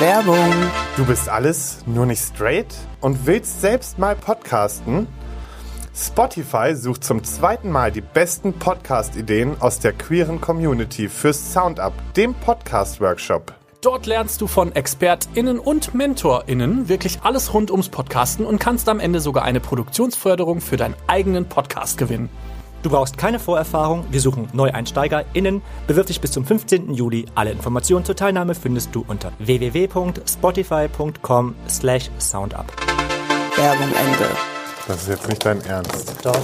Werbung. Du bist alles, nur nicht straight? Und willst selbst mal podcasten? Spotify sucht zum zweiten Mal die besten Podcast-Ideen aus der queeren Community für SoundUp, dem Podcast-Workshop. Dort lernst du von ExpertInnen und MentorInnen wirklich alles rund ums Podcasten und kannst am Ende sogar eine Produktionsförderung für deinen eigenen Podcast gewinnen. Du brauchst keine Vorerfahrung, wir suchen NeueinsteigerInnen. Bewirb dich bis zum 15. Juli. Alle Informationen zur Teilnahme findest du unter www.spotify.com/soundup. Werbung Ende. Das ist jetzt nicht dein Ernst. Doch.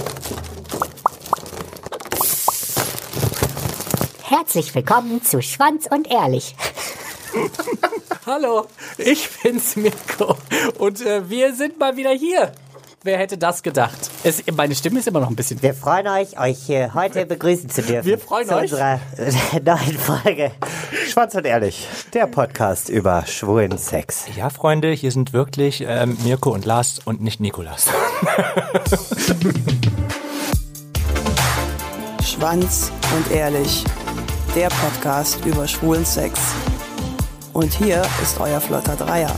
Herzlich willkommen zu Schwanz und Ehrlich. Hallo, ich bin's Mirko und wir sind mal wieder hier. Wer hätte das gedacht? Meine Stimme ist immer noch ein bisschen... Wir freuen euch heute begrüßen zu dürfen. Wir freuen zu euch. unserer neuen Folge. Schwanz und Ehrlich, der Podcast über schwulen Sex. Ja, Freunde, hier sind wirklich Mirko und Lars und nicht Nikolas. Schwanz und Ehrlich, der Podcast über schwulen Sex. Und hier ist euer flotter Dreier.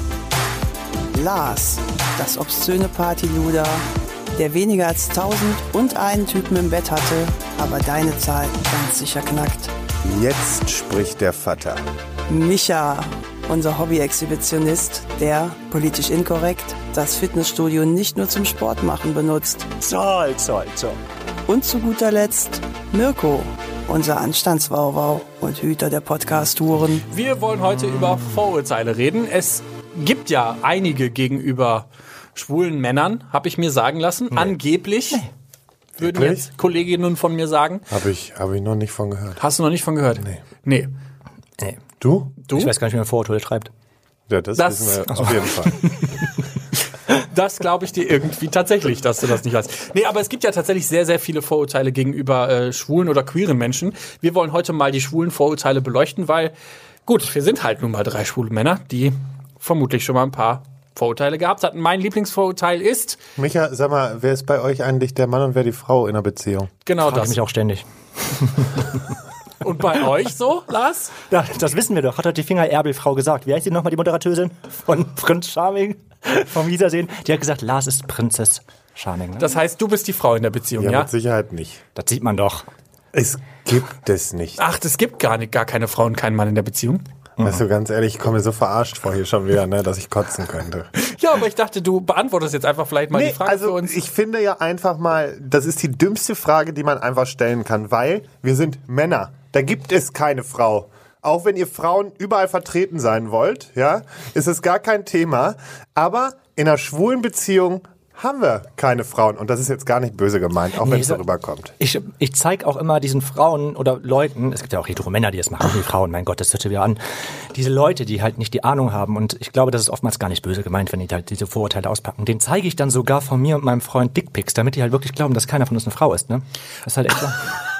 Lars, das obszöne Partyluder, der weniger als 1001 Typen im Bett hatte, aber deine Zahl ganz sicher knackt. Jetzt spricht der Vater. Micha, unser Hobby-Exhibitionist, der, politisch inkorrekt, das Fitnessstudio nicht nur zum Sport machen benutzt. Zoll. Und zu guter Letzt Mirko, unser Anstandswauwau und Hüter der Podcast-Touren. Wir wollen heute über Vorurteile reden. Es gibt ja einige gegenüber schwulen Männern, habe ich mir sagen lassen. Nee. Angeblich, würden Wirklich? jetzt Kolleginnen von mir sagen. Hab ich noch nicht von gehört. Hast du noch nicht von gehört? Nee. Du? Ich weiß gar nicht, wie man Vorurteile schreibt. Ja, das wissen wir auf jeden Fall. Das glaube ich dir irgendwie tatsächlich, dass du das nicht weißt. Nee, aber es gibt ja tatsächlich sehr, sehr viele Vorurteile gegenüber schwulen oder queeren Menschen. Wir wollen heute mal die schwulen Vorurteile beleuchten, weil, gut, wir sind halt nun mal 3 schwule Männer, die vermutlich schon mal ein paar Vorurteile gehabt hatten. Mein Lieblingsvorurteil ist... Micha, sag mal, wer ist bei euch eigentlich der Mann und wer die Frau in einer Beziehung? Genau Frage das. mich auch ständig. Und bei euch so, Lars? Ja, das wissen wir doch. Hat doch die Finger-Erbel-Frau gesagt. Wie heißt die nochmal, die Moderateurin von Prinz Charming? Vom Wiedersehen. Die hat gesagt, Lars ist Prinzess Charming. Ne? Das heißt, du bist die Frau in der Beziehung, ja? Mit Sicherheit nicht. Das sieht man doch. Es gibt es nicht. Ach, es gibt gar keine Frau und keinen Mann in der Beziehung? Weißt du, ganz ehrlich, ich komme mir so verarscht vor hier schon wieder, ne, dass ich kotzen könnte. Ja, aber ich dachte, du beantwortest jetzt einfach vielleicht mal die Frage für uns. Ich finde ja einfach mal, das ist die dümmste Frage, die man einfach stellen kann, weil wir sind Männer. Da gibt es keine Frau. Auch wenn ihr Frauen überall vertreten sein wollt, ja, ist es gar kein Thema. Aber in einer schwulen Beziehung haben wir keine Frauen. Und das ist jetzt gar nicht böse gemeint, auch wenn es darüber kommt. Ich zeige auch immer diesen Frauen oder Leuten, es gibt ja auch Hetero-Männer, die das machen, die Frauen, mein Gott, das hört sich wieder an, diese Leute, die halt nicht die Ahnung haben, und ich glaube, das ist oftmals gar nicht böse gemeint, wenn die halt diese Vorurteile auspacken, denen zeige ich dann sogar von mir und meinem Freund Dickpics, damit die halt wirklich glauben, dass keiner von uns eine Frau ist, ne? Das ist halt echt so.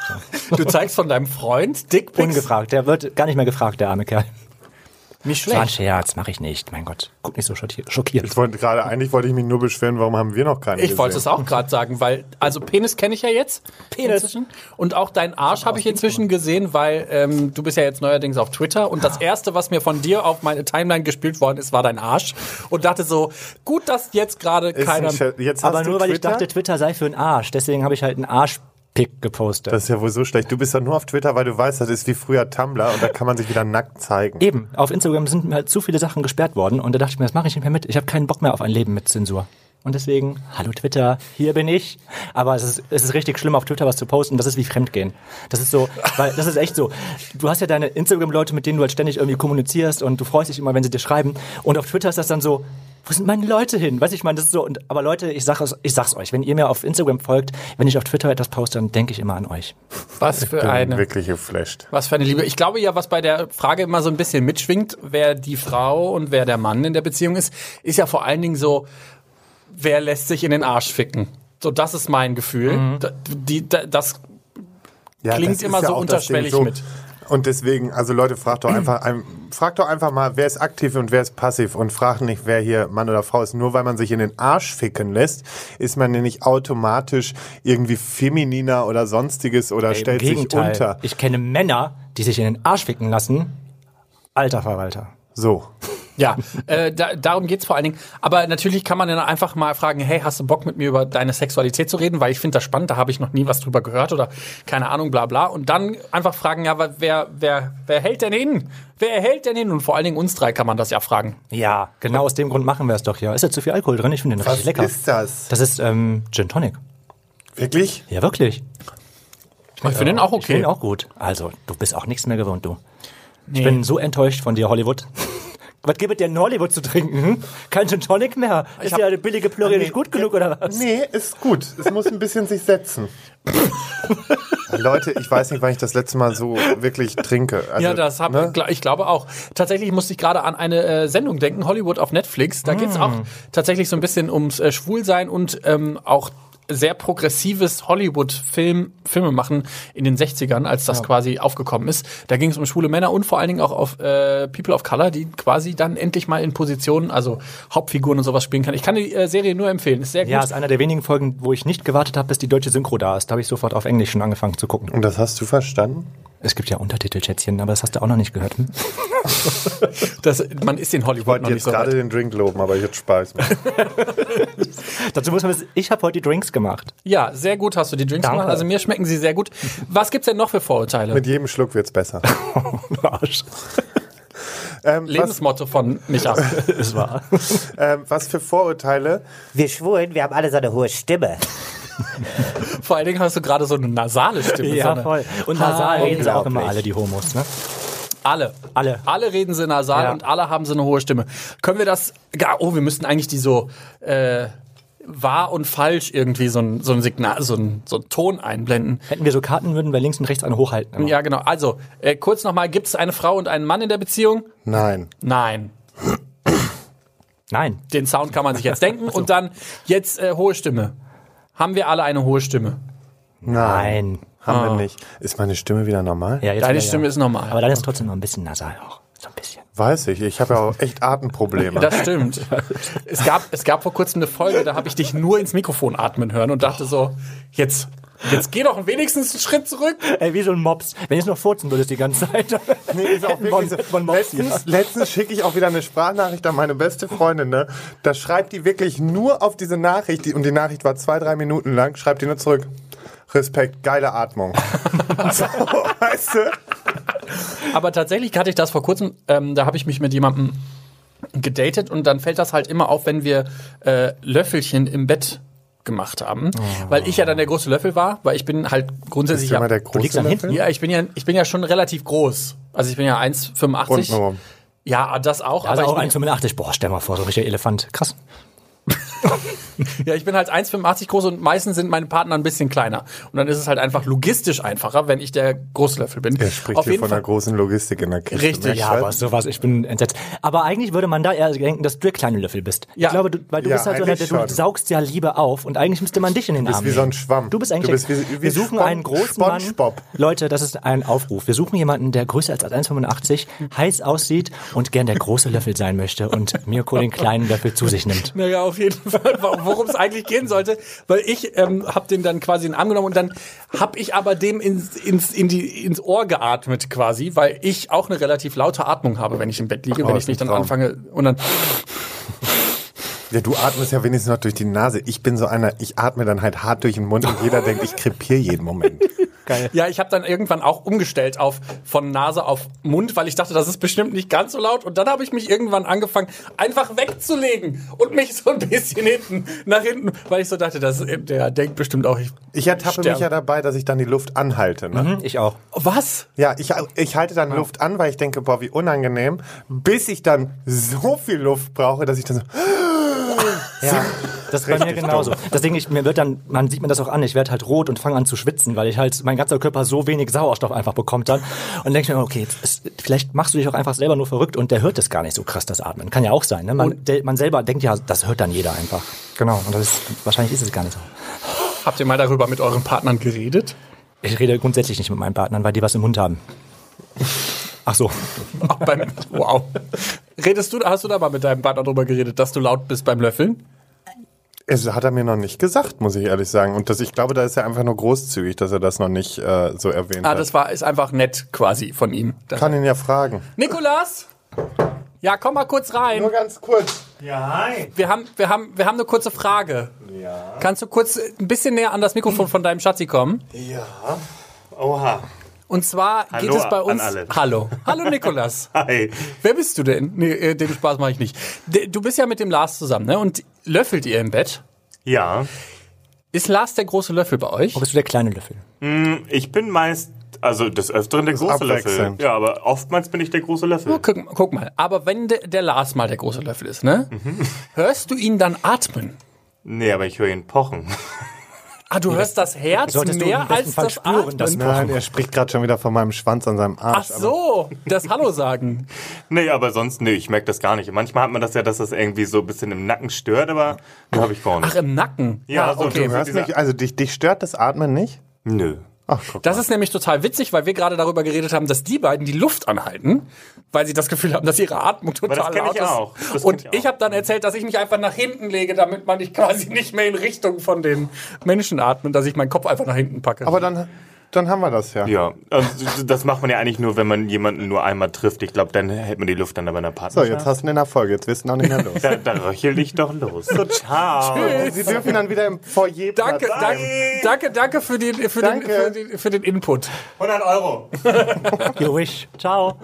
Du zeigst von deinem Freund Dickpics? Ungefragt, der wird gar nicht mehr gefragt, der arme Kerl. Nicht Das war ein schlecht. Scherz, mache ich nicht, mein Gott. Guck nicht so schockiert. Eigentlich wollte ich mich nur beschweren, warum haben wir noch keine Ich wollte es auch gerade sagen, weil, also Penis kenne ich ja jetzt. Inzwischen. Und auch deinen Arsch habe ich inzwischen gesehen, weil du bist ja jetzt neuerdings auf Twitter und das Erste, was mir von dir auf meine Timeline gespielt worden ist, war dein Arsch. Und dachte so, gut, dass jetzt gerade keiner... Aber nur, weil ich dachte, Twitter sei für einen Arsch. Deswegen habe ich halt einen Arschpick gepostet. Das ist ja wohl so schlecht. Du bist doch nur auf Twitter, weil du weißt, das ist wie früher Tumblr und da kann man sich wieder nackt zeigen. Eben, auf Instagram sind mir halt zu viele Sachen gesperrt worden und da dachte ich mir, das mache ich nicht mehr mit. Ich habe keinen Bock mehr auf ein Leben mit Zensur. Und deswegen, hallo Twitter, hier bin ich. Aber es ist richtig schlimm, auf Twitter was zu posten. Das ist wie Fremdgehen. Das ist so, weil das ist echt so. Du hast ja deine Instagram-Leute, mit denen du halt ständig irgendwie kommunizierst und du freust dich immer, wenn sie dir schreiben. Und auf Twitter ist das dann so, wo sind meine Leute hin? Weißt du, ich meine, das ist so. Aber Leute, ich sag's euch, wenn ihr mir auf Instagram folgt, wenn ich auf Twitter etwas poste, dann denke ich immer an euch. Was für eine... Wirklich geflasht. Was für eine Liebe. Ich glaube ja, was bei der Frage immer so ein bisschen mitschwingt, wer die Frau und wer der Mann in der Beziehung ist ja vor allen Dingen so, wer lässt sich in den Arsch ficken? So, das ist mein Gefühl. Mhm. Das klingt das immer ist ja so auch unterschwellig das Ding, mit. Und deswegen, also Leute, fragt doch einfach mal, wer ist aktiv und wer ist passiv und fragt nicht, wer hier Mann oder Frau ist. Nur weil man sich in den Arsch ficken lässt, ist man ja nicht automatisch irgendwie femininer oder sonstiges oder stellt sich unter. Ich kenne Männer, die sich in den Arsch ficken lassen. Alter Verwalter. So. Ja, darum geht's vor allen Dingen. Aber natürlich kann man dann einfach mal fragen, hey, hast du Bock mit mir über deine Sexualität zu reden? Weil ich finde das spannend, da habe ich noch nie was drüber gehört oder keine Ahnung, bla bla. Und dann einfach fragen, ja, wer hält denn hin? Wer hält denn hin? Und vor allen Dingen uns drei kann man das ja fragen. Ja, genau aus dem Grund machen wir es doch ja. Ist ja zu viel Alkohol drin? Ich finde den richtig lecker. Was ist das? Das ist Gin Tonic. Wirklich? Ja, wirklich. Ich finde den auch Ich finde okay. ihn auch gut. Also, du bist auch nichts mehr gewohnt, du. Ich bin so enttäuscht von dir, Hollywood. Was gibt es dir in Hollywood zu trinken? Hm? Kein Gin Tonic mehr? Ist ja eine billige Plörre nicht gut genug, oder was? Nee, ist gut. Es muss ein bisschen sich setzen. Leute, ich weiß nicht, wann ich das letzte Mal so wirklich trinke. Also, Ja, ich glaube auch. Tatsächlich musste ich gerade an eine Sendung denken, Hollywood auf Netflix. Da geht's auch tatsächlich so ein bisschen ums Schwulsein und auch sehr progressives Hollywood-Filme machen in den 60ern, als das quasi aufgekommen ist. Da ging es um schwule Männer und vor allen Dingen auch auf People of Color, die quasi dann endlich mal in Positionen, also Hauptfiguren und sowas spielen kann. Ich kann die Serie nur empfehlen. Ist sehr gut. Ja, ist einer der wenigen Folgen, wo ich nicht gewartet habe, bis die deutsche Synchro da ist. Da habe ich sofort auf Englisch schon angefangen zu gucken. Und das hast du verstanden? Es gibt ja Untertitel, Schätzchen, aber das hast du auch noch nicht gehört. Hm? Man ist in Ich Hollywood wollte noch nicht jetzt so gerade weit. den Drink loben, aber ich hätte Spaß. Dazu muss man wissen, ich habe heute die Drinks gemacht. Ja, sehr gut hast du die Drinks Danke. gemacht. Also mir schmecken sie sehr gut. Was gibt's denn noch für Vorurteile? Mit jedem Schluck wird's besser. Arsch. Lebensmotto von Micha. Es war. Was für Vorurteile? Wir Schwulen, wir haben alle so eine hohe Stimme. Vor allen Dingen hast du gerade so eine nasale Stimme. so Ja, eine, voll. Und nasal reden sie auch immer unglaublich. alle, die Homos, ne? Alle. Alle reden sie nasal Ja. und alle haben so eine hohe Stimme. Können wir das, wir müssten eigentlich die so wahr und falsch irgendwie so ein Signal, so ein Ton einblenden. Hätten wir so Karten, würden wir links und rechts eine hochhalten. Immer. Ja, genau. Also, kurz nochmal, gibt es eine Frau und einen Mann in der Beziehung? Nein. Nein. Nein. Den Sound kann man sich jetzt denken. Und dann jetzt hohe Stimme. Haben wir alle eine hohe Stimme? Nein. Haben wir nicht. Ist meine Stimme wieder normal? Ja, jetzt Deine wieder, Stimme ja. ist normal. Aber dann ist trotzdem noch ein bisschen nasal auch. So ein bisschen. Weiß ich. Ich habe ja auch echt Atemprobleme. Das stimmt. Es gab vor kurzem eine Folge, da habe ich dich nur ins Mikrofon atmen hören und dachte so, jetzt geh doch wenigstens einen Schritt zurück. Ey, wie so ein Mops. Wenn ich noch furzen würdest die ganze Zeit. Nee, ist auch wirklich so. Letztens schicke ich auch wieder eine Sprachnachricht an meine beste Freundin, ne? Da schreibt die wirklich nur auf diese Nachricht, und die Nachricht war 2-3 Minuten lang, schreibt die nur zurück. Respekt, geile Atmung. So, weißt du? Aber tatsächlich hatte ich das vor kurzem, da habe ich mich mit jemandem gedatet und dann fällt das halt immer auf, wenn wir Löffelchen im Bett gemacht haben, weil ich ja dann der große Löffel war, weil ich bin halt grundsätzlich Bist du immer der große liegst am Löffel? Hinten? ja, ich bin ja schon relativ groß. Also ich bin ja 1,85. Untenrum. Ja, das auch. Also aber auch ich bin, 1,85. Boah, stell mal vor, so ein richtiger Elefant. Krass. ja, ich bin halt 1,85 groß und meistens sind meine Partner ein bisschen kleiner. Und dann ist es halt einfach logistisch einfacher, wenn ich der Großlöffel bin. Er spricht Auf hier jeden von einer Fall. großen Logistik in der Kiste. Richtig, merkst Ja, du? aber sowas, ich bin entsetzt. Aber eigentlich würde man da eher denken, dass du der kleine Löffel bist. Ja. Ich glaube, weil du Ja, bist halt so einer, eigentlich du schon. saugst ja Liebe auf und eigentlich müsste man dich in den Arm wie so ein Schwamm. Du bist eigentlich, Du bist wie wir suchen Spon- einen großen Mann. SpongeBob. Leute, das ist ein Aufruf. Wir suchen jemanden, der größer als 1,85, heiß aussieht und gern der große Löffel sein möchte und Mirko den kleinen Löffel zu sich nimmt. Naja, auf jeden Fall, worum es eigentlich gehen sollte, weil ich habe den dann quasi in den Arm genommen und dann habe ich aber dem ins Ohr geatmet quasi, weil ich auch eine relativ laute Atmung habe, wenn ich im Bett liege, wenn ich nicht dann Traum. anfange und dann Ja, du atmest ja wenigstens noch durch die Nase. Ich bin so einer, ich atme dann halt hart durch den Mund und jeder denkt, ich krepiere jeden Moment. Geil. ja, ich habe dann irgendwann auch umgestellt auf von Nase auf Mund, weil ich dachte, das ist bestimmt nicht ganz so laut und dann habe ich mich irgendwann angefangen einfach wegzulegen und mich so ein bisschen nach hinten, weil ich so dachte, der denkt bestimmt auch Ich ertappe mich sterbe. ja dabei, dass ich dann die Luft anhalte. Ne? Ich auch. Was? Ja, ich halte dann Luft an, weil ich denke, boah, wie unangenehm, bis ich dann so viel Luft brauche, dass ich dann so... Ja, das ist bei mir Richtig genauso. Deswegen, man sieht mir das auch an, ich werde halt rot und fange an zu schwitzen, weil ich halt, mein ganzer Körper so wenig Sauerstoff einfach bekommt dann. Und denke ich mir, okay, vielleicht machst du dich auch einfach selber nur verrückt und der hört das gar nicht so krass, das Atmen. Kann ja auch sein, ne? Man selber denkt ja, das hört dann jeder einfach. Genau, und wahrscheinlich ist es gar nicht so. Habt ihr mal darüber mit euren Partnern geredet? Ich rede grundsätzlich nicht mit meinen Partnern, weil die was im Mund haben. Ach so. Auch wow. Hast du da mal mit deinem Partner drüber geredet, dass du laut bist beim Löffeln? Es hat er mir noch nicht gesagt, muss ich ehrlich sagen. Und ich glaube, da ist er einfach nur großzügig, dass er das noch nicht so erwähnt hat. Das ist einfach nett quasi von ihm. Kann ihn ja fragen. Nikolas? Ja, komm mal kurz rein. Nur ganz kurz. Wir haben eine kurze Frage. Ja. Kannst du kurz ein bisschen näher an das Mikrofon von deinem Schatzi kommen? Ja. Oha. Und zwar Hallo geht es bei an uns. alle. Hallo. Hallo Nikolas. Hi. Wer bist du denn? Nee, den Spaß mache ich nicht. Du bist ja mit dem Lars zusammen, ne? Und löffelt ihr im Bett? Ja, Ist Lars der große Löffel bei euch? Oder bist du der kleine Löffel? ich bin meist, also des Öfteren der große Löffel. abwechselnd. Ja, aber oftmals bin ich der große Löffel. Oh, guck mal. Aber wenn der Lars mal der große Löffel ist, ne? Hörst du ihn dann atmen? Nee, aber ich höre ihn pochen. Ah, du hörst das Herz Solltest du mehr im besten als Fall das spüren, Atmen? das Nein, er spricht gerade schon wieder von meinem Schwanz an seinem Ach Arsch. so, das Hallo sagen. Nee, aber sonst, nee, ich merke das gar nicht. Manchmal hat man das ja, dass das irgendwie so ein bisschen im Nacken stört, aber nee, habe ich gar nicht. Ach, im Nacken? Ja, so, okay. Du hörst mich, also dich stört das Atmen nicht? Nö. Ach, guck Das ist nämlich total witzig, weil wir gerade darüber geredet haben, dass die beiden die Luft anhalten, weil sie das Gefühl haben, dass ihre Atmung total das kenn laut ich ist. auch. Das Und kenn ich ich habe dann erzählt, dass ich mich einfach nach hinten lege, damit man nicht quasi nicht mehr in Richtung von den Menschen atmet, dass ich meinen Kopf einfach nach hinten packe. Aber dann haben wir das ja. Ja, also das macht man ja eigentlich nur, wenn man jemanden nur einmal trifft. Ich glaube, dann hält man die Luft dann aber in der So, Partnerschaft. jetzt hast du einen Erfolg, jetzt wirst du noch nicht mehr los. Da röchel dich doch los. So, ciao. Sie dürfen dann wieder im Foyer Danke, danke für den Input. 100 Euro. You wish. Ciao.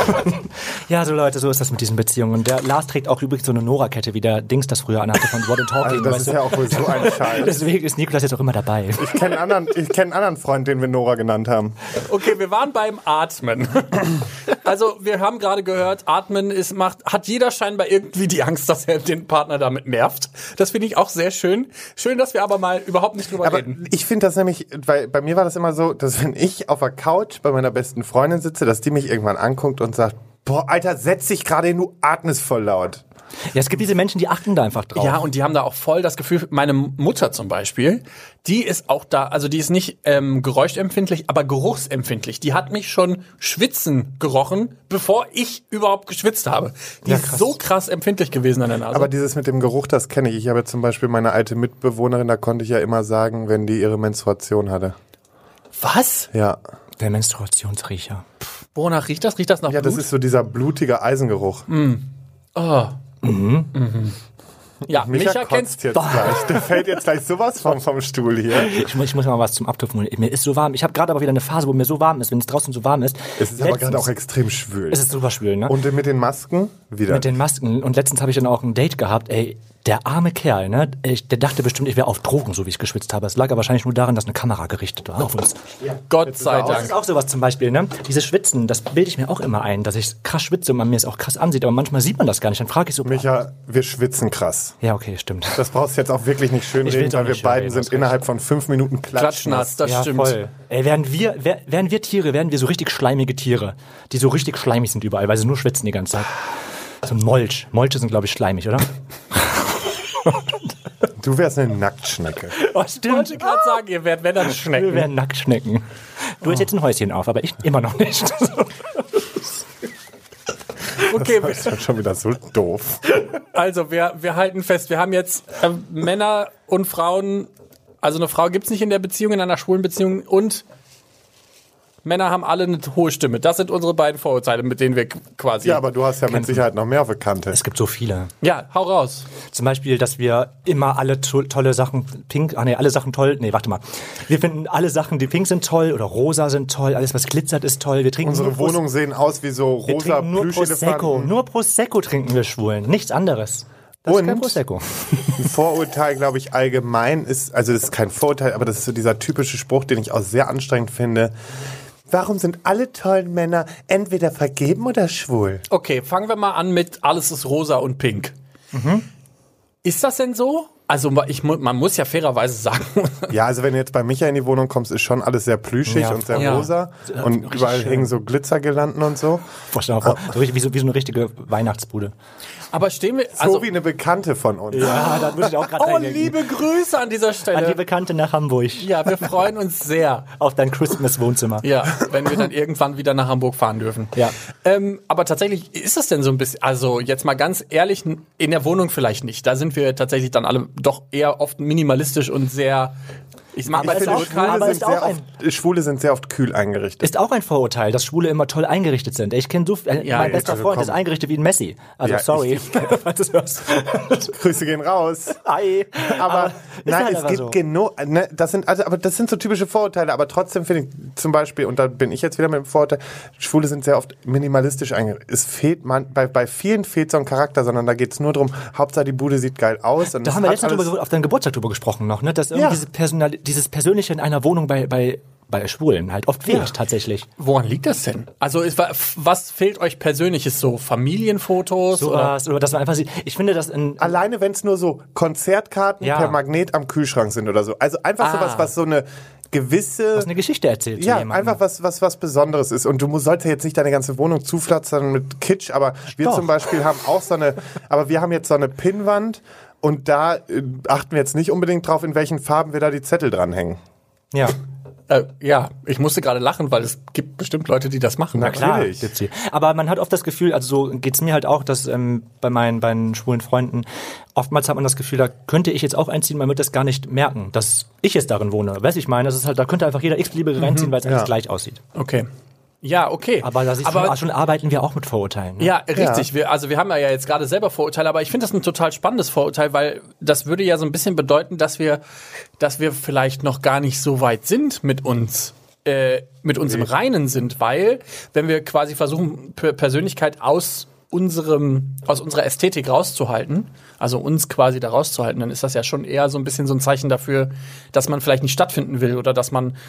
Ja, so Leute, so ist das mit diesen Beziehungen. Und der Lars trägt auch übrigens so eine Nora-Kette, wie der Dings das früher anhatte von What and Talking. Also das weißt ist du? ja auch wohl so ein Scheiß. Deswegen ist Nikolas jetzt auch immer dabei. Ich kenne einen anderen Freund, den wir Nora genannt haben. Okay, wir waren beim Atmen. Also, wir haben gerade gehört, Atmen hat jeder scheinbar irgendwie die Angst, dass er den Partner damit nervt. Das finde ich auch sehr schön. Schön, dass wir aber mal überhaupt nicht drüber Aber reden. ich finde das nämlich, weil bei mir war das immer so, dass wenn ich auf der Couch bei meiner besten Freundin sitze, dass die mich irgendwann anguckt und sagt, boah, Alter, setz dich gerade hin, du atmest voll laut. Ja, es gibt diese Menschen, die achten da einfach drauf. Ja, und die haben da auch voll das Gefühl, meine Mutter zum Beispiel, die ist auch da, also die ist nicht geräuschempfindlich, aber geruchsempfindlich. Die hat mich schon schwitzen gerochen, bevor ich überhaupt geschwitzt habe. Die ist so krass empfindlich gewesen an der Nase. Aber dieses mit dem Geruch, das kenne ich. Ich habe zum Beispiel meine alte Mitbewohnerin, da konnte ich ja immer sagen, wenn die ihre Menstruation hatte. was? Ja. Der Menstruationsriecher. Wonach riecht das? Riecht das nach Ja, das Blut? ist so dieser blutige Eisengeruch. Ja, Micha kennt's. kotzt jetzt gleich. Der fällt jetzt gleich sowas vom Stuhl hier. Ich muss mal was zum Abtupfen. Mir ist so warm. Ich habe gerade aber wieder eine Phase, wo mir so warm ist, wenn es draußen so warm ist. Es ist aber Letztens- gerade auch extrem schwül. Es ist super schwül, ne? Und mit den Masken wieder. Mit den Masken. Und letztens habe ich dann auch ein Date gehabt. Ey, der arme Kerl, ne? Der dachte bestimmt, ich wäre auf Drogen, so wie ich geschwitzt habe. Es lag aber wahrscheinlich nur daran, dass eine Kamera gerichtet war auf uns. Gott sei Das ist Dank. auch sowas zum Beispiel, ne? Dieses Schwitzen, das bilde ich mir auch immer ein, dass ich krass schwitze und man mir es auch krass ansieht. Aber manchmal sieht man das gar nicht. Dann frage ich so, Micha, wir schwitzen krass. ja, okay, stimmt. Das brauchst du jetzt auch wirklich nicht Ich schönreden, will's auch weil wir nicht beiden schönreden, sind innerhalb von 5 Minuten Klatschnass, das Ja, stimmt. voll. Ey, wären wir Tiere, wären wir so richtig schleimige Tiere, die so richtig schleimig sind überall, weil sie nur schwitzen die ganze Zeit. So ein Molch. Molche sind, glaube ich, schleimig, oder? Du wärst eine Nacktschnecke. Oh, Ich wollte gerade sagen, ihr werdet, wenn dann Wir Schnecken. wären Nacktschnecken. Du hältst jetzt ein Häuschen auf, aber ich immer noch nicht. Okay, Das ist schon wieder so doof. also wir halten fest, wir haben jetzt Männer und Frauen, also eine Frau gibt's nicht in der Beziehung, in einer schwulen Beziehung, und Männer haben alle eine hohe Stimme. Das sind unsere beiden Vorurteile, mit denen wir quasi... Ja, aber du hast ja mit Sicherheit noch mehr auf der Kante. Es gibt so viele. Ja, hau raus. Zum Beispiel, dass wir immer alle tolle Sachen pink, alle Sachen toll, warte mal. Wir finden alle Sachen, die pink sind toll oder rosa sind toll, alles was glitzert ist toll. Wir trinken Unsere nur Wohnungen sehen aus wie so wir rosa trinken nur Prosecco. Plüschelefanten. Nur Prosecco trinken wir Schwulen, nichts anderes. Das ist kein Und? Prosecco. Ein Vorurteil, glaube ich, allgemein ist, also das ist kein Vorurteil, aber das ist so dieser typische Spruch, den ich auch sehr anstrengend finde. Warum sind alle tollen Männer entweder vergeben oder schwul? Okay, fangen wir mal an mit alles ist rosa und pink. Ist das denn so? Also man muss ja fairerweise sagen, Ja, also wenn du jetzt bei Micha in die Wohnung kommst, ist schon alles sehr plüschig Ja, und sehr ja. rosa. Und Richtig überall schön. hängen so Glitzergirlanden und so. Stell dir mal vor, so richtig, wie so eine richtige Weihnachtsbude. aber stehen wir... So wie eine Bekannte von uns. Ja, da muss ich auch gerade Oh, liebe Grüße an dieser An Stelle. die Bekannte nach Hamburg. Ja, wir freuen uns sehr. Auf dein Christmas-Wohnzimmer. Ja, wenn wir dann irgendwann wieder nach Hamburg fahren dürfen. Ja. Aber tatsächlich ist das denn so ein bisschen, also jetzt mal ganz ehrlich, in der Wohnung vielleicht nicht. Da sind wir tatsächlich dann alle doch eher oft minimalistisch und sehr Ich mag Aber bei ist auch- Lokal. aber ist auch Schwule sind sehr oft kühl eingerichtet. Ist auch ein Vorurteil, dass Schwule immer toll eingerichtet sind. Ich kenne mein bester also Freund komm. ist eingerichtet wie ein Messi. Also Ja, sorry, falls du es hörst. Grüße gehen raus. Hi. Aber ist nein, halt es einfach gibt so. genug. Ne, aber das sind so typische Vorurteile. Aber trotzdem finde ich zum Beispiel, und da bin ich jetzt wieder mit dem Vorurteil, Schwule sind sehr oft minimalistisch eingerichtet. Es fehlt bei vielen fehlt so ein Charakter, sondern da geht es nur darum, Hauptsache die Bude sieht geil aus. Und Da es haben wir hat letztens alles- auf deinem Geburtstag drüber gesprochen noch, ne? Dass irgendwie dieses Persönliche in einer Wohnung bei Schwulen halt oft fehlt, tatsächlich. Woran liegt das denn? Also was fehlt euch Persönliches so? Familienfotos? Oder? Sowas, oder dass man einfach sieht. Ich finde, dass Alleine wenn es nur so Konzertkarten Ja. per Magnet am Kühlschrank sind oder so. Also einfach sowas, was so eine gewisse... eine Geschichte erzählt zu Ja, jemandem. einfach was Besonderes ist. Und du sollst ja jetzt nicht deine ganze Wohnung zupflastern mit Kitsch, aber wir Doch. zum Beispiel haben auch aber wir haben jetzt so eine Pinnwand und da achten wir jetzt nicht unbedingt drauf, in welchen Farben wir da die Zettel dranhängen. Ja. Ja, ich musste gerade lachen, weil es gibt bestimmt Leute, die das machen. Na klar. Natürlich. Gibt's die. Aber man hat oft das Gefühl, also so geht's mir halt auch, dass bei meinen schwulen Freunden oftmals hat man das Gefühl, da könnte ich jetzt auch einziehen, man wird das gar nicht merken, dass ich jetzt darin wohne. Weißt du, ich meine, das ist halt, da könnte einfach jeder x-beliebige reinziehen, weil es alles gleich aussieht. Okay. Ja, okay. Aber da siehst du schon arbeiten wir auch mit Vorurteilen. Ne? Ja, richtig. Wir haben ja jetzt gerade selber Vorurteile, aber ich finde das ein total spannendes Vorurteil, weil das würde ja so ein bisschen bedeuten, dass wir vielleicht noch gar nicht so weit sind mit uns im Reinen sind, weil wenn wir quasi versuchen, Persönlichkeit aus unserer Ästhetik rauszuhalten, also uns quasi da rauszuhalten, dann ist das ja schon eher so ein bisschen so ein Zeichen dafür, dass man vielleicht nicht stattfinden will oder dass man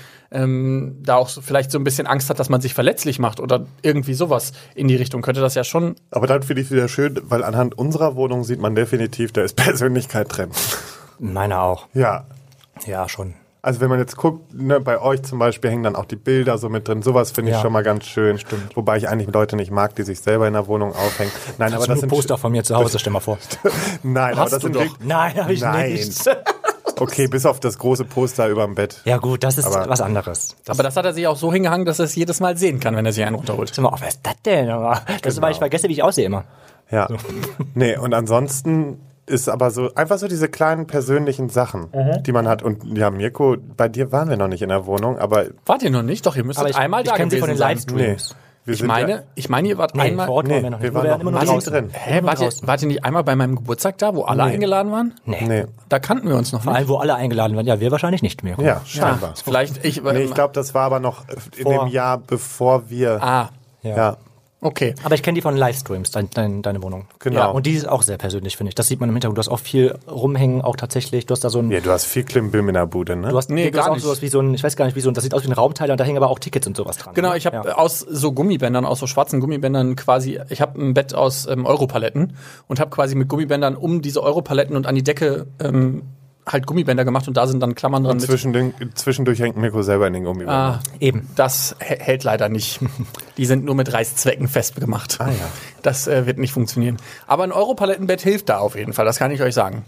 da auch vielleicht so ein bisschen Angst hat, dass man sich verletzlich macht oder irgendwie sowas in die Richtung könnte das ja schon. Aber dann finde ich wieder schön, weil anhand unserer Wohnung sieht man definitiv, da ist Persönlichkeit drin. Meine auch. Ja. Ja, schon. Also wenn man jetzt guckt, ne, bei euch zum Beispiel hängen dann auch die Bilder so mit drin. Sowas finde ich Ja. schon mal ganz schön. Stimmt. Wobei ich eigentlich Leute nicht mag, die sich selber in der Wohnung aufhängen. Nein, aber So das ein sind Poster von mir zu Hause, stell mal vor. Nein, aber Hast das du sind doch. wirklich- Nein, habe ich Nein. nicht. Okay, bis auf das große Poster über dem Bett. Ja gut, das ist Aber- was anderes. Aber das hat er sich auch so hingehangen, dass er es jedes Mal sehen kann, wenn er sich einen runterholt. Sag mal, was ist das denn? Aber das ist, weil ich vergesse, wie ich aussehe immer. Ja. Nee, und ansonsten ist aber so einfach so diese kleinen persönlichen Sachen, die man hat. Und ja, Mirko, bei dir waren wir noch nicht in der Wohnung, aber Wart ihr noch nicht? Doch, ihr müsstet einmal da kenn sie gewesen von den sein. Livestreams. wir Ich sind meine, ihr wart einmal. vor Ort waren wir nee, noch wir nicht. waren Wir noch immer nur nicht draußen. drin. Hä, wart ihr nicht einmal bei meinem Geburtstag da, wo alle eingeladen waren? Nee. Da kannten wir uns noch Vor nicht. allem, wo alle eingeladen werden. Ja, wir wahrscheinlich nicht mehr. Ja, scheinbar. Vielleicht ich. Nee, ich glaube, das war aber noch in Vor- dem Jahr, bevor wir. Ja. Okay. Aber ich kenne die von Livestreams, deine Wohnung. Genau. Ja, und die ist auch sehr persönlich, finde ich. Das sieht man im Hintergrund. Du hast auch viel rumhängen, auch tatsächlich. Du hast da so ein... Ja, du hast viel Klimbim in der Bude, ne? Du hast, Nee, du hast gar auch nicht. sowas wie so ein, ich weiß gar nicht, wie so ein, das sieht aus wie ein Raumteiler und da hängen aber auch Tickets und sowas dran. Genau, ich habe aus so Gummibändern, aus so schwarzen Gummibändern quasi, ich habe ein Bett aus Europaletten und habe quasi mit Gummibändern um diese Europaletten und an die Decke halt Gummibänder gemacht und da sind dann Klammern dran. Und zwischendurch hängt Mirko selber in den Gummibändern. Eben. Das hält leider nicht. Die sind nur mit Reißzwecken festgemacht. Ah, ja. Das wird nicht funktionieren. Aber ein Europalettenbett hilft da auf jeden Fall, das kann ich euch sagen.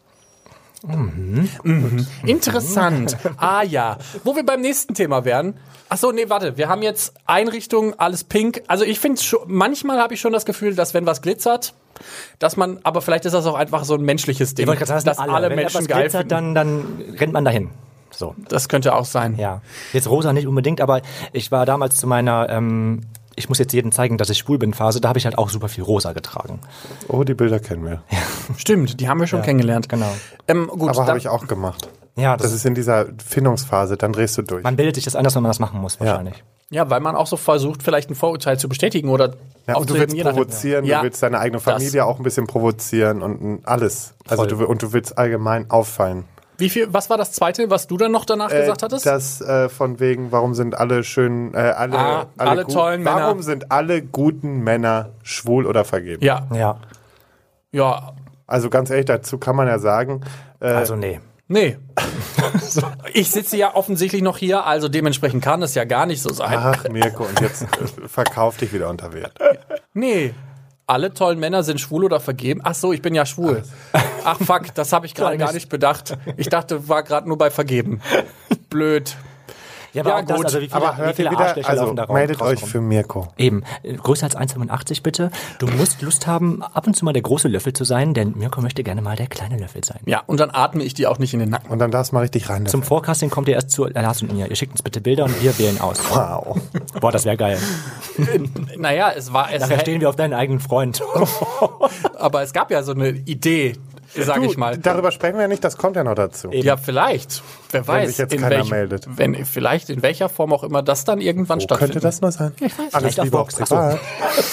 Interessant. Ah ja. Wo wir beim nächsten Thema wären. Achso, nee, warte. Wir haben jetzt Einrichtung, alles pink. Also ich finde schon, manchmal habe ich schon das Gefühl, dass wenn was glitzert, dass man, aber vielleicht ist das auch einfach so ein menschliches Ding, Ich wollte gerade sagen, dass alle Wenn Menschen etwas geil glitzert, finden. dann rennt man dahin. So. Das könnte auch sein. Ja. Jetzt rosa nicht unbedingt, aber ich war damals zu meiner, ich muss jetzt jedem zeigen, dass ich schwul bin Phase, da habe ich halt auch super viel rosa getragen. Oh, die Bilder kennen wir. Stimmt, die haben wir schon kennengelernt. Genau. Gut, Aber dann, habe ich auch gemacht. Ja, Das ist in dieser Findungsphase, dann drehst du durch. man bildet sich das anders, wenn man das machen muss, wahrscheinlich. ja, weil man auch so versucht, vielleicht ein Vorurteil zu bestätigen oder Ja, und du willst je nachdem. provozieren, Ja. du willst deine eigene Familie auch ein bisschen provozieren und alles. Also Voll. du willst allgemein auffallen. Was war das zweite, was du dann noch danach gesagt hattest? Das von wegen, warum sind alle schön, alle tollen Männer. Warum sind alle guten Männer schwul oder vergeben? Ja, Ja. ja, Also ganz ehrlich, dazu kann man ja sagen, Also nee. nee. Ich sitze ja offensichtlich noch hier, also dementsprechend kann es ja gar nicht so sein. ach Mirko, und jetzt verkauf dich wieder unter Wert. Nee. Alle tollen Männer sind schwul oder vergeben. Ach so, ich bin ja schwul. Ach fuck, das habe ich gerade gar nicht bedacht. Ich dachte, war gerade nur bei vergeben. Blöd. Ja, aber Ja, auch das, gut. also wie Aber hört ihr viele wieder, Arschlöcher also laufen da meldet euch rum. für Mirko. Eben. Größer als 1,85 bitte. Du musst Lust haben, ab und zu mal der große Löffel zu sein, denn Mirko möchte gerne mal der kleine Löffel sein. Ja, und dann atme ich die auch nicht in den Nacken. Und dann darfst du mal richtig rein. Zum Forecasting kommt ihr erst zu Lars und mir. Ihr schickt uns bitte Bilder und wir wählen aus. Wow. Boah, das wäre geil. Naja, es Nachher stehen wir auf deinen eigenen Freund. aber es gab ja so eine Idee, sage ich mal. Darüber sprechen wir ja nicht, das kommt ja noch dazu. Ja, vielleicht. Wer weiß, sich jetzt in keiner welchem- meldet. Vielleicht in welcher Form auch immer das dann irgendwann Wo stattfindet. könnte das nur sein? Alles Vielleicht auf Liebe auch Vox. Ach so. privat.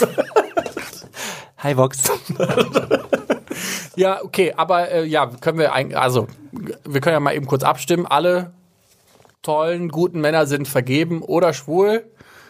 Hi Vox. Ja, okay, aber können wir eigentlich, also wir können ja mal eben kurz abstimmen. Alle tollen, guten Männer sind vergeben oder schwul?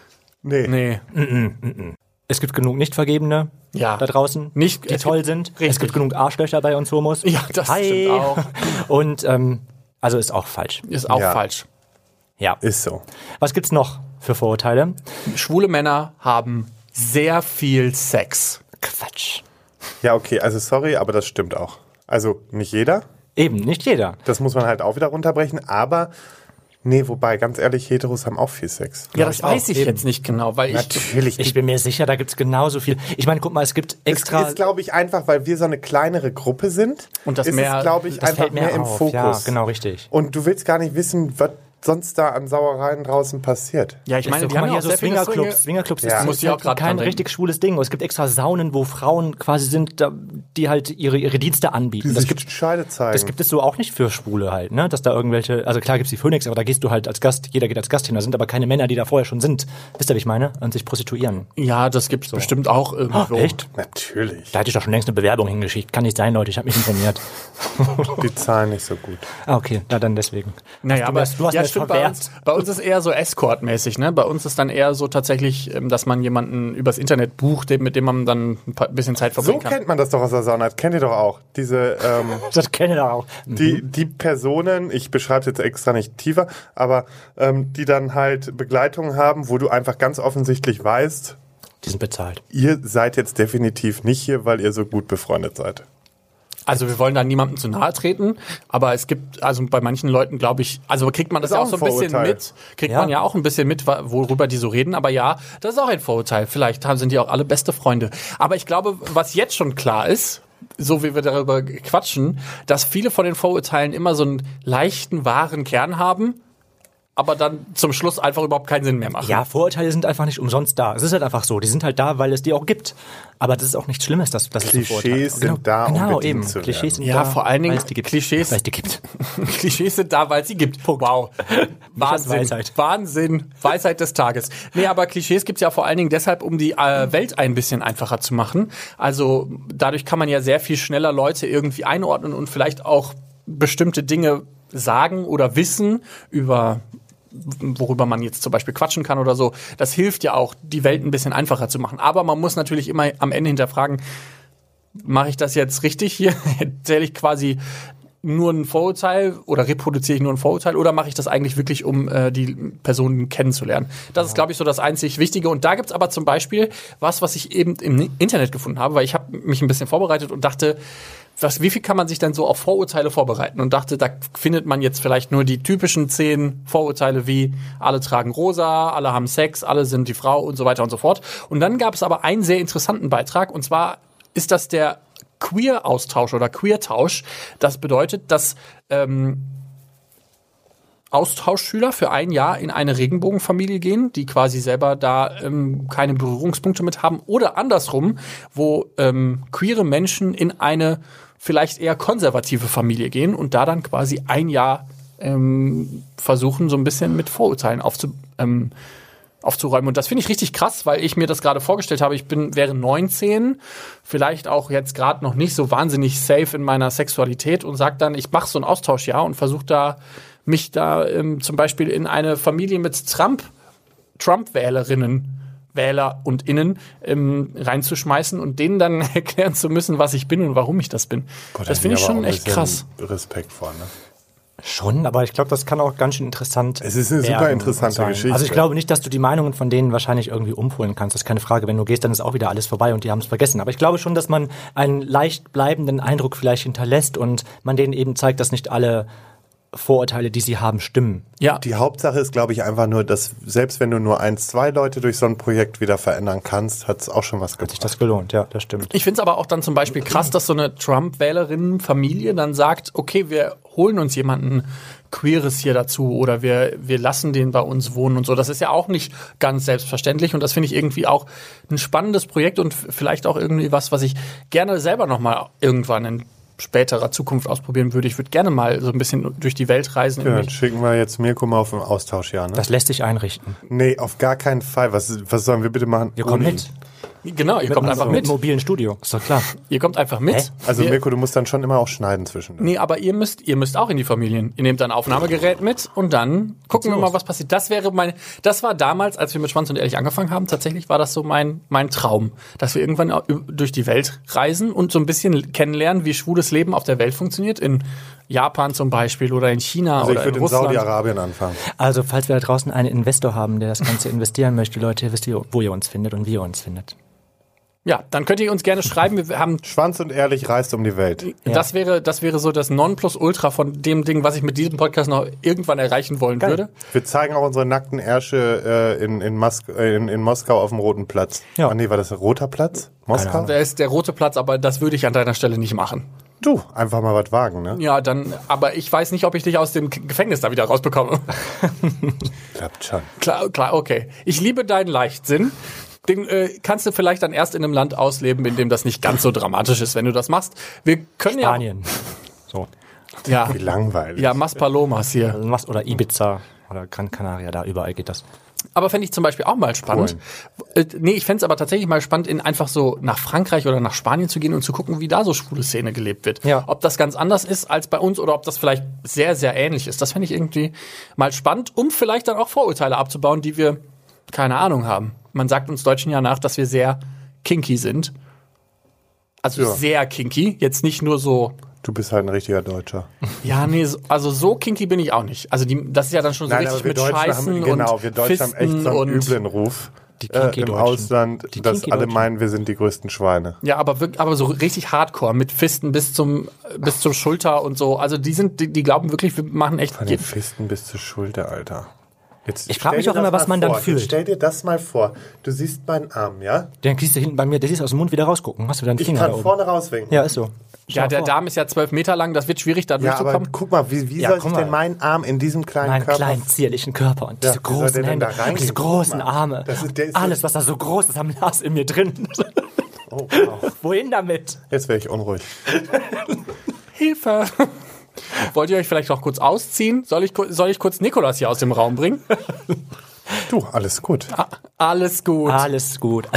Nee. Nee. Es gibt genug Nicht-Vergebene Ja. da draußen, Nicht- die es toll gibt- sind. richtig. Es gibt genug Arschlöcher bei uns Homos. Ja, das Hi. stimmt auch. Und also ist auch falsch. Ist auch Ja. falsch. Ja. Ist so. Was gibt's noch für Vorurteile? Schwule Männer haben sehr viel Sex. Quatsch. Ja, okay, also sorry, aber das stimmt auch. Also nicht jeder, Eben, nicht jeder. das muss man halt auch wieder runterbrechen, aber nee, wobei, ganz ehrlich, Heteros haben auch viel Sex. Ja, das weiß ich eben. jetzt nicht genau, weil Natürlich. Ich bin mir sicher, da gibt's genauso viel. Ich meine, guck mal, es gibt extra. Es ist, glaube ich, einfach, weil wir so eine kleinere Gruppe sind. Und das ist mehr- es, glaube ich, das einfach fällt mir mehr im auf. Fokus. Ja, genau, richtig. Und du willst gar nicht wissen, was sonst da an Sauereien draußen passiert. ja, ich meine, so, die guck haben mal ja hier auch so sehr viele Swingerclubs. Swingerclubs Ja. ist Muss ich auch halt grad kein dran richtig schwules Ding. Es gibt extra Saunen, wo Frauen quasi sind, die halt ihre Dienste anbieten. Das gibt Scheide zeigen. Das gibt es so auch nicht für Schwule halt, ne? Dass da irgendwelche, also klar gibt's die Phoenix, aber da gehst du halt als Gast, jeder geht als Gast hin, da sind aber keine Männer, die da vorher schon sind. Wisst ihr, wie ich meine? Und sich prostituieren. Ja, das gibt's bestimmt auch irgendwo. Echt? Natürlich. Da hätte ich doch schon längst eine Bewerbung hingeschickt. Kann nicht sein, Leute, ich habe mich informiert. Die zahlen nicht so gut. Ah, okay, dann deswegen. Naja, aber du hast ja, mir stimmt, verwehrt. bei uns ist eher so Escort-mäßig, ne? Bei uns ist dann eher so tatsächlich, dass man jemanden übers Internet bucht, mit dem man dann ein bisschen Zeit So verbringen kann. kennt man das doch aus der Sauna. Das kennt ihr doch auch. Diese, Das kenne ich doch auch. die Personen, ich beschreibe es jetzt extra nicht tiefer, aber die dann halt Begleitung haben, wo du einfach ganz offensichtlich weißt, Die sind bezahlt. ihr seid jetzt definitiv nicht hier, weil ihr so gut befreundet seid. Also wir wollen da niemandem zu nahe treten, aber es gibt, also bei manchen Leuten, glaube ich, also kriegt man das Ist ja auch auch so ein ein bisschen Vorurteil. mit, kriegt Ja. man ja auch ein bisschen mit, worüber die so reden, aber ja, das ist auch ein Vorurteil. Vielleicht sind die auch alle beste Freunde. Aber ich glaube, was jetzt schon klar ist, so wie wir darüber quatschen, dass viele von den Vorurteilen immer so einen leichten, wahren Kern haben, aber dann zum Schluss einfach überhaupt keinen Sinn mehr machen. Ja, Vorurteile sind einfach nicht umsonst da. Es ist halt einfach so. Die sind halt da, weil es die auch gibt. Aber das ist auch nichts Schlimmes, dass es so Vorurteile Klischees sind da, um genau, bedient eben. zu werden. Klischees sind Ja, da, vor allen Dingen weil es die gibt. Klischees. Weil es die gibt. Klischees sind da, weil es sie gibt. Wow. Wahnsinn. Weisheit. Wahnsinn. Weisheit des Tages. Nee, aber Klischees gibt's ja vor allen Dingen deshalb, um die Welt ein bisschen einfacher zu machen. Also dadurch kann man ja sehr viel schneller Leute irgendwie einordnen und vielleicht auch bestimmte Dinge sagen oder wissen über worüber man jetzt zum Beispiel quatschen kann oder so. Das hilft ja auch, die Welt ein bisschen einfacher zu machen. Aber man muss natürlich immer am Ende hinterfragen, mache ich das jetzt richtig hier? Erzähle ich quasi nur ein Vorurteil oder reproduziere ich nur ein Vorurteil oder mache ich das eigentlich wirklich, um die Personen kennenzulernen? Das ist, glaube ich, so das einzig Wichtige. Und da gibt's aber zum Beispiel was ich eben im Internet gefunden habe, weil ich habe mich ein bisschen vorbereitet und dachte, wie viel kann man sich denn so auf Vorurteile vorbereiten? Und dachte, da findet man jetzt vielleicht nur die typischen 10 Vorurteile wie alle tragen rosa, alle haben Sex, alle sind die Frau und so weiter und so fort. Und dann gab es aber einen sehr interessanten Beitrag und zwar ist das der Queer-Austausch oder Queer-Tausch. Das bedeutet, dass Austauschschüler für ein Jahr in eine Regenbogenfamilie gehen, die quasi selber da keine Berührungspunkte mit haben. Oder andersrum, wo queere Menschen in eine vielleicht eher konservative Familie gehen und da dann quasi ein Jahr versuchen, so ein bisschen mit Vorurteilen aufzuräumen. Und das finde ich richtig krass, weil ich mir das gerade vorgestellt habe. wäre 19, vielleicht auch jetzt gerade noch nicht so wahnsinnig safe in meiner Sexualität und sage dann, ich mache so ein Austauschjahr und versuche mich da zum Beispiel in eine Familie mit Trump-Wählerinnen, Wähler und Innen reinzuschmeißen und denen dann erklären zu müssen, was ich bin und warum ich das bin. Das finde ich schon echt krass. Respekt vor, ne? Schon, aber ich glaube, das kann auch ganz schön interessant Es ist eine super werden interessante sein. Geschichte. Also ich glaube nicht, dass du die Meinungen von denen wahrscheinlich irgendwie umholen kannst. Das ist keine Frage. Wenn du gehst, dann ist auch wieder alles vorbei und die haben es vergessen. Aber ich glaube schon, dass man einen leicht bleibenden Eindruck vielleicht hinterlässt und man denen eben zeigt, dass nicht alle Vorurteile, die sie haben, stimmen. Ja. Die Hauptsache ist, glaube ich, einfach nur, dass selbst wenn du nur 1, 2 Leute durch so ein Projekt wieder verändern kannst, hat es auch schon was Hat sich gebracht. das gelohnt, ja, das stimmt. Ich finde es aber auch dann zum Beispiel krass, dass so eine Trump-Wählerinnenfamilie dann sagt, okay, wir holen uns jemanden Queeres hier dazu oder wir lassen den bei uns wohnen und so. Das ist ja auch nicht ganz selbstverständlich und das finde ich irgendwie auch ein spannendes Projekt und vielleicht auch irgendwie was ich gerne selber nochmal irgendwann in späterer Zukunft ausprobieren würde. Ich würde gerne mal so ein bisschen durch die Welt reisen. Ja, dann schicken wir jetzt Mirko mal auf ein Austauschjahr, ne? Das lässt sich einrichten. Nee, auf gar keinen Fall. Was sollen wir bitte machen? Wir kommen Uni. mit. Genau, ihr kommt einfach Mit mit. mobilen Studio, ist doch klar. Ihr kommt einfach mit. Hä? Also Wir- Mirko, du musst dann schon immer auch schneiden zwischendurch. Nee, aber ihr müsst auch in die Familien. Ihr nehmt ein Aufnahmegerät mit und dann gucken wir mal, was passiert. Das war damals, als wir mit Schwanz und Ehrlich angefangen haben, tatsächlich war das so mein Traum, dass wir irgendwann durch die Welt reisen und so ein bisschen kennenlernen, wie schwules Leben auf der Welt funktioniert. In Japan zum Beispiel oder in China Also ich oder in würde in Russland. Saudi-Arabien anfangen. Also, falls wir da draußen einen Investor haben, der das Ganze investieren möchte, Leute, wisst ihr, wo ihr uns findet und wie ihr uns findet. Ja, dann könnt ihr uns gerne schreiben. Wir haben Schwanz und Ehrlich reist um die Welt. das wäre so das Nonplusultra von dem Ding, was ich mit diesem Podcast noch irgendwann erreichen wollen würde. Wir zeigen auch unsere nackten Ärsche in Moskau auf dem Roten Platz. Ja. Ah, nee, war das ein Roter Platz? Moskau? Da ist der rote Platz, aber das würde ich an deiner Stelle nicht machen. Du, einfach mal was wagen, ne? Ja, aber ich weiß nicht, ob ich dich aus dem Gefängnis da wieder rausbekomme. Klappt schon. Klar, okay. Ich liebe deinen Leichtsinn. Den kannst du vielleicht dann erst in einem Land ausleben, in dem das nicht ganz so dramatisch ist, wenn du das machst. Wir können Spanien. So. ja. Wie langweilig. Ja, Maspalomas hier. Also was, oder Ibiza oder Gran Canaria, da überall geht das. Aber fände ich zum Beispiel auch mal spannend. Nee, ich fände es aber tatsächlich mal spannend, einfach so nach Frankreich oder nach Spanien zu gehen und zu gucken, wie da so schwule Szene gelebt wird. Ja. Ob das ganz anders ist als bei uns oder ob das vielleicht sehr, sehr ähnlich ist. Das fände ich irgendwie mal spannend, um vielleicht dann auch Vorurteile abzubauen, die wir, keine Ahnung, haben. Man sagt uns Deutschen ja nach, dass wir sehr kinky sind. Also Ja. sehr kinky. Jetzt nicht nur so, Du bist halt ein richtiger Deutscher. ja, nee, also so kinky bin ich auch nicht. Also das ist ja dann schon so richtig mit Scheißen wir und Deutschen haben echt Fisten so einen und üblen Ruf Die kinky im Deutschen. Ausland, Die dass kinky alle Deutschen. meinen, wir sind die größten Schweine. ja, aber so richtig hardcore mit Fisten bis zum Schulter und so. Also die glauben wirklich, wir machen echt Von den Fisten bis zur Schulter, Alter. Jetzt Ich frag stell mich dir auch das immer, was mal man dann vor. fühlt. Jetzt stell dir das mal vor. Du siehst meinen Arm, ja? Dann kriegst du hinten bei mir, der siehst aus dem Mund wieder rausgucken. Hast du deinen Ich Finger kann da oben? vorne rauswinken. Ja, ist so. Ja, der Darm ist ja 12 Meter lang, das wird schwierig, da Ja, aber durchzukommen. guck mal, wie Ja, soll guck sich denn mal. mein Arm in diesem kleinen Meinen Körper... kleinen, zierlichen Körper und Ja, diese wie soll der großen denn Hände da reingehen? und diese Guck großen mal. Arme. Der ist Alles, so- was da so groß ist, am Lars in mir drin. Oh, wow. Wohin damit? Jetzt wäre ich unruhig. Hilfe! Wollt ihr euch vielleicht noch kurz ausziehen? Soll ich kurz Nikolas hier aus dem Raum bringen? Du, alles gut. Alles gut. Alles gut.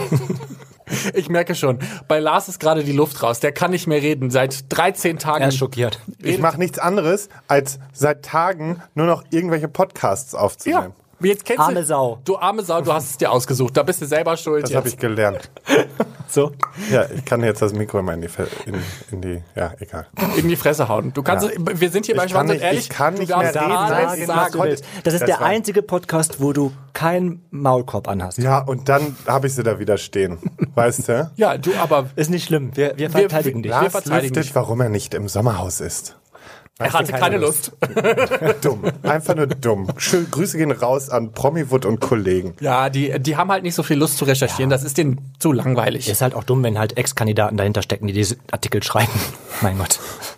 Ich merke schon, bei Lars ist gerade die Luft raus. Der kann nicht mehr reden. Seit 13 Tagen. Er ist schockiert. Ich mache nichts anderes, als seit Tagen nur noch irgendwelche Podcasts aufzunehmen. Ja, jetzt kennst Arme Sau. Du arme Sau, du hast es dir ausgesucht. Da bist du selber schuld. Das habe ich gelernt. So. Ja, ich kann jetzt das Mikro immer in die ja, egal. in die Fresse hauen. Du kannst, wir sind hier bei Ich kann Schwanz und nicht- Ehrlich. ich kann du nicht darfst mehr reden, alles sagen, sagen. Das ist Das der war- einzige Podcast, wo du keinen Maulkorb anhast. Ja, und dann habe ich sie da wieder stehen. Weißt du? Ja, du, aber Ist nicht schlimm. Wir verteidigen dich. wir Lars verteidigen lüftet, dich. warum er nicht im Sommerhaus ist. Er hatte keine Lust. Dumm. Einfach nur dumm. Schön, Grüße gehen raus an Promiwood und Kollegen. Ja, die haben halt nicht so viel Lust zu recherchieren. Das ist denen zu langweilig. Ist halt auch dumm, wenn halt Ex-Kandidaten dahinter stecken, die diese Artikel schreiben. Mein Gott.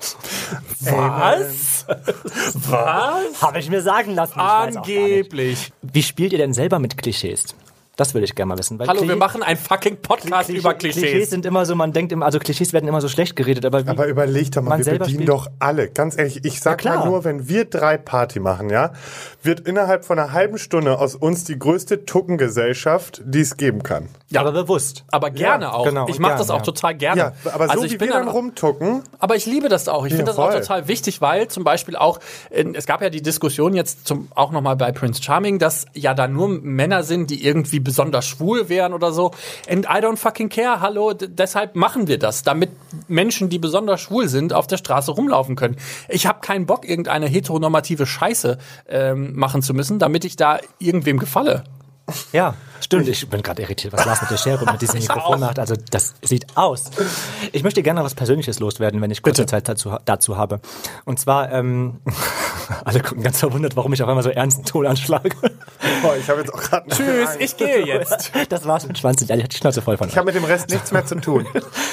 Was? Was? Habe ich mir sagen lassen. Ich weiß auch gar nicht. Angeblich. Wie spielt ihr denn selber mit Klischees? Das würde ich gerne mal wissen. Weil Hallo, wir machen einen fucking Podcast über Klischees sind immer so, man denkt immer, also Klischees werden immer so schlecht geredet, aber wie, Aber überleg doch mal, Man wir selber bedienen spielt- doch alle. Ganz ehrlich, ich sag Ja, klar. mal nur, wenn wir 3 Party machen, ja, wird innerhalb von einer halben Stunde aus uns die größte Tuckengesellschaft, die es geben kann. Ja. aber bewusst. Aber gerne auch. genau, Ich mache gerne, das auch ja. total gerne. Ja, aber so ich wie bin wir dann auch- rumtucken, Aber ich liebe das auch. Ich finde das auch voll. total wichtig, weil zum Beispiel auch, es gab ja die Diskussion jetzt auch nochmal bei Prince Charming, dass ja da nur Männer sind, die irgendwie besonders schwul wären oder so. And I don't fucking care. Hallo, deshalb machen wir das, damit Menschen, die besonders schwul sind, auf der Straße rumlaufen können. Ich habe keinen Bock, irgendeine heteronormative Scheiße machen zu müssen, damit ich da irgendwem gefalle. Ja, stimmt. Ich bin gerade irritiert, was Lars mit der Schere und mit diesem Ich Mikrofon auch. macht. Also das sieht aus. Ich möchte gerne was Persönliches loswerden, wenn ich kurze Bitte. Zeit dazu habe. Und zwar, Alle gucken ganz verwundert, warum ich auf einmal so ernsten Ton anschlage. Boah, ich habe jetzt auch gerade Tschüss, ich gehe jetzt. Das war's mit Schwanz. Ich hatte die Schnauze voll von Ich habe mit dem Rest nichts mehr zu tun.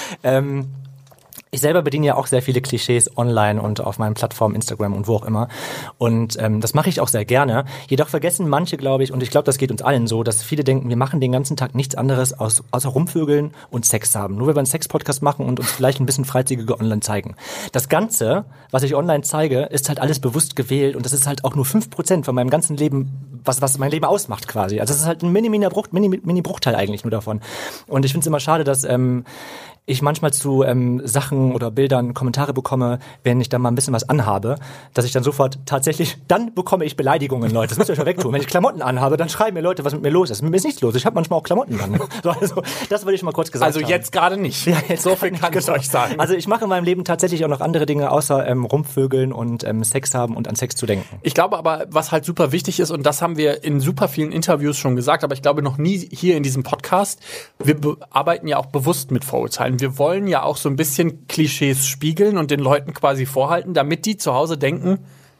Ich selber bediene ja auch sehr viele Klischees online und auf meinen Plattformen, Instagram und wo auch immer. Und das mache ich auch sehr gerne. Jedoch vergessen manche, glaube ich, und ich glaube, das geht uns allen so, dass viele denken, wir machen den ganzen Tag nichts anderes außer rumvögeln und Sex haben. Nur weil wir einen Sex-Podcast machen und uns vielleicht ein bisschen freizügiger online zeigen. Das Ganze, was ich online zeige, ist halt alles bewusst gewählt und das ist halt auch nur 5% von meinem ganzen Leben, was mein Leben ausmacht quasi. Also es ist halt ein Mini-Bruchteil eigentlich nur davon. Und ich finde es immer schade, dass ich manchmal zu Sachen oder Bildern Kommentare bekomme, wenn ich dann mal ein bisschen was anhabe, dass ich dann sofort dann bekomme ich Beleidigungen, Leute. Das müsst ihr euch mal wegtun. Wenn ich Klamotten anhabe, dann schreiben mir Leute, was mit mir los ist. Mit mir ist nichts los. Ich habe manchmal auch Klamotten an. So, also, das wollte ich mal kurz gesagt haben. Also jetzt gerade nicht. Ja, jetzt so viel kann ich euch sagen. Also ich mache in meinem Leben tatsächlich auch noch andere Dinge, außer rumvögeln und Sex haben und an Sex zu denken. Ich glaube aber, was halt super wichtig ist, und das haben wir in super vielen Interviews schon gesagt, aber ich glaube noch nie hier in diesem Podcast, wir arbeiten ja auch bewusst mit Vorurteilen. Wir wollen ja auch so ein bisschen Klischees spiegeln und den Leuten quasi vorhalten, damit die zu Hause denken,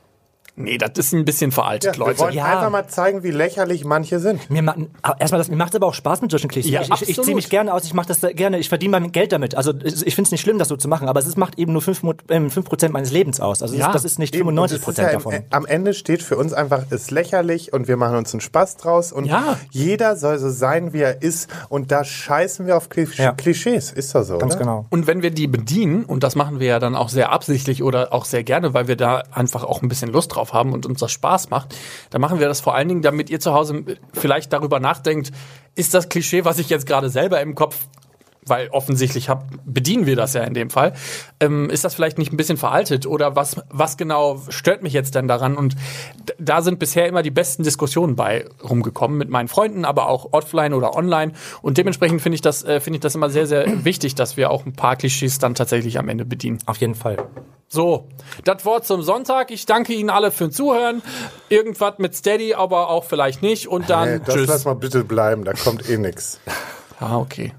nee, das ist ein bisschen veraltet, Wir Leute. wollen einfach mal zeigen, wie lächerlich manche sind. Mir macht es aber auch Spaß mit solchen Klischees. Ja, ich ziehe mich gerne aus, ich mache das gerne, ich verdiene mein Geld damit. Also ich finde es nicht schlimm, das so zu machen, aber es macht eben nur 5% meines Lebens aus. Also das ist nicht 95% davon. Am Ende steht für uns einfach, ist lächerlich und wir machen uns einen Spaß draus und jeder soll so sein, wie er ist und da scheißen wir auf Klischees. Ist doch so, Ganz oder? genau. Und wenn wir die bedienen, und das machen wir ja dann auch sehr absichtlich oder auch sehr gerne, weil wir da einfach auch ein bisschen Lust drauf haben und uns das Spaß macht, dann machen wir das vor allen Dingen, damit ihr zu Hause vielleicht darüber nachdenkt, ist das Klischee, was ich jetzt gerade selber im Kopf, weil offensichtlich bedienen wir das ja in dem Fall, ist das vielleicht nicht ein bisschen veraltet oder was genau stört mich jetzt denn daran? Und da sind bisher immer die besten Diskussionen bei rumgekommen mit meinen Freunden, aber auch offline oder online und dementsprechend finde ich das immer sehr, sehr wichtig, dass wir auch ein paar Klischees dann tatsächlich am Ende bedienen. Auf jeden Fall. So, das Wort zum Sonntag. Ich danke Ihnen alle fürs Zuhören. Irgendwas mit Steady, aber auch vielleicht nicht. Und dann Das tschüss. lass mal bitte bleiben, da kommt eh nix. Ah, okay.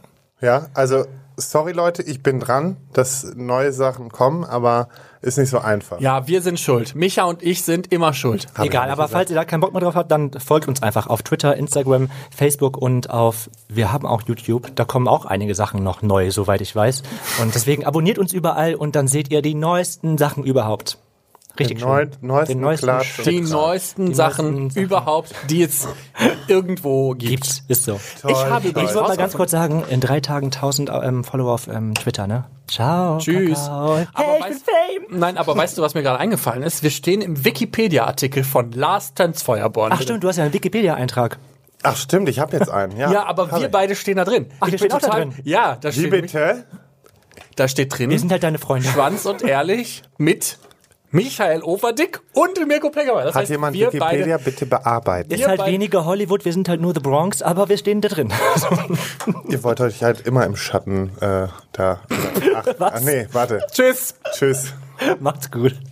Ja, also sorry Leute, ich bin dran, dass neue Sachen kommen, aber ist nicht so einfach. Ja, wir sind schuld. Micha und ich sind immer schuld. Egal, aber falls ihr da keinen Bock mehr drauf habt, dann folgt uns einfach auf Twitter, Instagram, Facebook und wir haben auch YouTube. Da kommen auch einige Sachen noch neu, soweit ich weiß. Und deswegen abonniert uns überall und dann seht ihr die neuesten Sachen überhaupt. Richtig schön. Den neuesten Klatsch. Die neuesten Sachen überhaupt, die es irgendwo gibt. Ist so. Ich habe Ich wollte mal ganz kurz sagen, in 3 Tagen 1000 Follower auf Twitter, ne? Ciao. Tschüss. Kakao. Aber Hey, ich bin Fame. Nein, aber weißt du, was mir gerade eingefallen ist? Wir stehen im Wikipedia-Artikel von Lars Tensfeuerborn. Ach stimmt, du hast ja einen Wikipedia-Eintrag. Ach stimmt, ich habe jetzt einen. Ja, aber wir beide stehen da drin. Ach, wir stehen auch da drin? Ja, da Wie steht, bitte? da steht drin, Wir sind halt deine Freunde. Schwanz und ehrlich mit Michael Overdick und Mirko Pleggemann. Das Hat heißt, jemand wir Wikipedia beide, bitte bearbeiten? Ist halt weniger Hollywood, wir sind halt nur The Bronx, aber wir stehen da drin. Ihr wollt euch halt immer im Schatten da. Ach, nee, warte. Tschüss. Tschüss. Macht's gut.